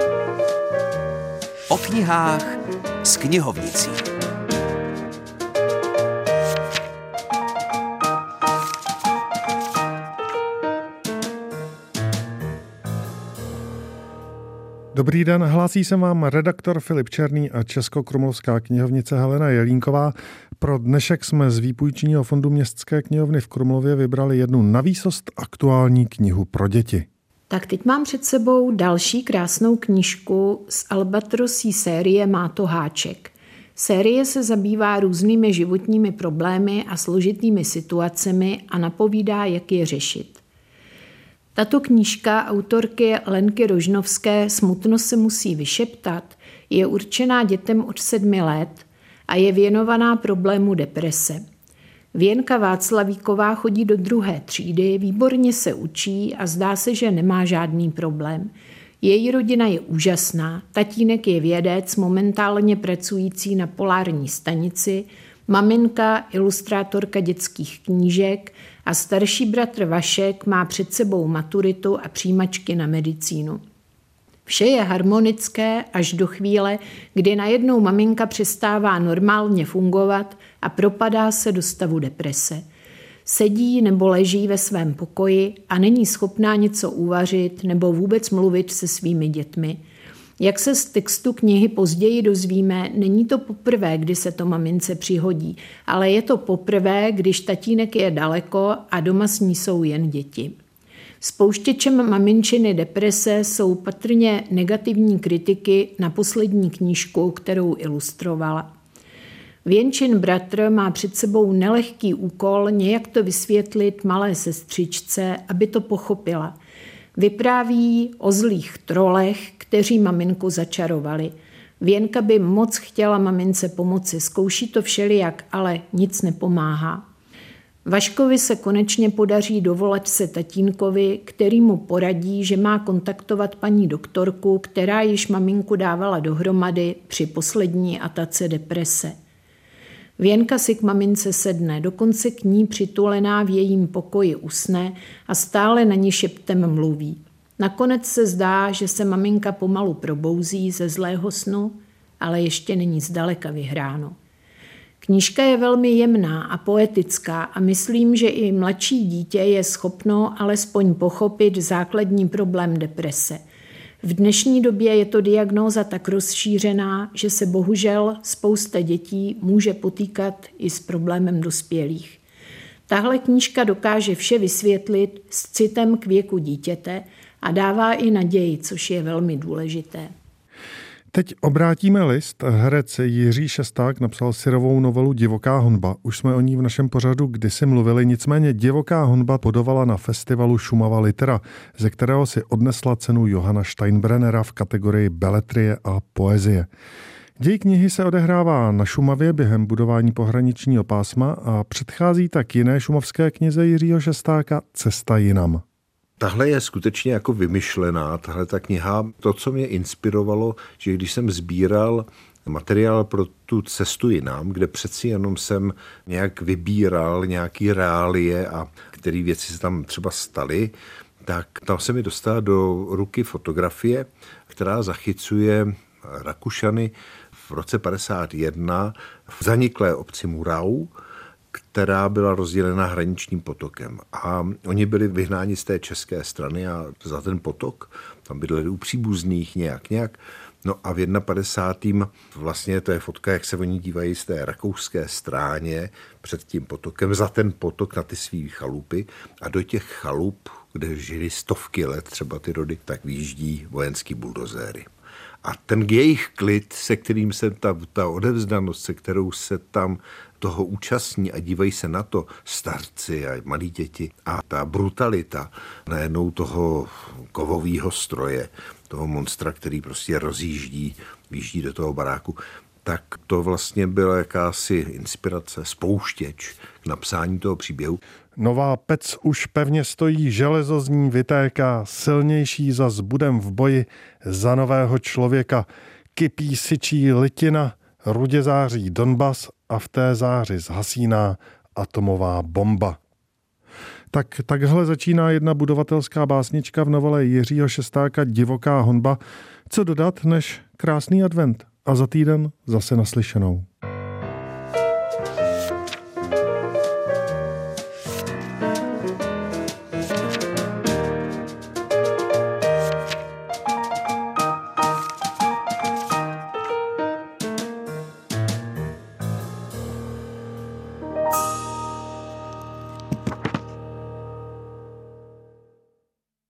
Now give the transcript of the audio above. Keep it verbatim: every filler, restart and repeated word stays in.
O knihách s knihovnicí. Dobrý den, hlásí se vám redaktor Filip Černý a Českokrumlovská knihovnice Helena Jelínková. Pro dnešek jsme z výpůjčního fondu Městské knihovny v Krumlově vybrali jednu navýsost aktuální knihu pro děti. Tak teď mám před sebou další krásnou knížku z Albatrosí série Má to háček. Série se zabývá různými životními problémy a složitými situacemi a napovídá, jak je řešit. Tato knížka autorky Lenky Rožnovské Smutno se musí vyšeptat je určená dětem od sedmi let a je věnovaná problému deprese. Věnka Václavíková chodí do druhé třídy, výborně se učí a zdá se, že nemá žádný problém. Její rodina je úžasná, tatínek je vědec, momentálně pracující na polární stanici, maminka ilustrátorka dětských knížek a starší bratr Vašek má před sebou maturitu a přijímačky na medicínu. Vše je harmonické až do chvíle, kdy najednou maminka přestává normálně fungovat a propadá se do stavu deprese. Sedí nebo leží ve svém pokoji a není schopná něco uvařit nebo vůbec mluvit se svými dětmi. Jak se z textu knihy později dozvíme, není to poprvé, kdy se to mamince přihodí, ale je to poprvé, když tatínek je daleko a doma s ní jsou jen děti. Spouštěčem maminčiny deprese jsou patrně negativní kritiky na poslední knížku, kterou ilustrovala. Věnčin bratr má před sebou nelehký úkol nějak to vysvětlit malé sestřičce, aby to pochopila. Vypráví o zlých trolech, kteří maminku začarovali. Věnka by moc chtěla mamince pomoci, zkouší to všelijak, ale nic nepomáhá. Vaškovi se konečně podaří dovolat se tatínkovi, který mu poradí, že má kontaktovat paní doktorku, která již maminku dávala dohromady při poslední atace deprese. Věnka si k mamince sedne, dokonce k ní přitulená v jejím pokoji usne a stále na ní šeptem mluví. Nakonec se zdá, že se maminka pomalu probouzí ze zlého snu, ale ještě není zdaleka vyhráno. Knížka je velmi jemná a poetická a myslím, že i mladší dítě je schopno alespoň pochopit základní problém deprese. V dnešní době je to diagnóza tak rozšířená, že se bohužel spousta dětí může potýkat i s problémem dospělých. Tahle knížka dokáže vše vysvětlit s citem k věku dítěte a dává i naději, což je velmi důležité. Teď obrátíme list. Herec Jiří Šesták napsal syrovou novelu Divoká honba. Už jsme o ní v našem pořadu kdysi mluvili, nicméně Divoká honba podovala na festivalu Šumava Litera, ze kterého si odnesla cenu Johana Steinbrennera v kategorii beletrie a poezie. Děj knihy se odehrává na Šumavě během budování pohraničního pásma a předchází tak jiné šumavské knize Jiřího Šestáka Cesta jinam. Tahle je skutečně jako vymyšlená, tahle ta kniha. To, co mě inspirovalo, že když jsem sbíral materiál pro tu Cestu jinam, kde přeci jenom jsem nějak vybíral nějaký reálie a které věci se tam třeba staly, tak tam se mi dostala do ruky fotografie, která zachycuje Rakušany v roce padesát jedna v zaniklé obci Murau, která byla rozdělena hraničním potokem. A oni byli vyhnáni z té české strany a za ten potok, tam bydleli u příbuzných nějak nějak. No a v padesátém prvním vlastně to je fotka, jak se oni dívají z té rakouské stráně před tím potokem, za ten potok na ty svý chalupy a do těch chalup, kde žili stovky let třeba ty rody, tak vyjíždí vojenský buldozéry. A ten jejich klid, se kterým se ta, ta odevzdanost, se kterou se tam toho účastní a dívají se na to starci a malí děti a ta brutalita najednou toho kovového stroje, toho monstra, který prostě rozjíždí, výjíždí do toho baráku, tak to vlastně byla jakási inspirace, spouštěč k napsání toho příběhu. Nová pec už pevně stojí, železo z ní vytéká, silnější zas budem v boji za nového člověka. Kypí syčí litina, rudě září Donbas a v té záři zhasíná atomová bomba. Tak takhle začíná jedna budovatelská básnička v novele Jiřího Šestáka Divoká honba. Co dodat než krásný advent a za týden zase naslyšenou.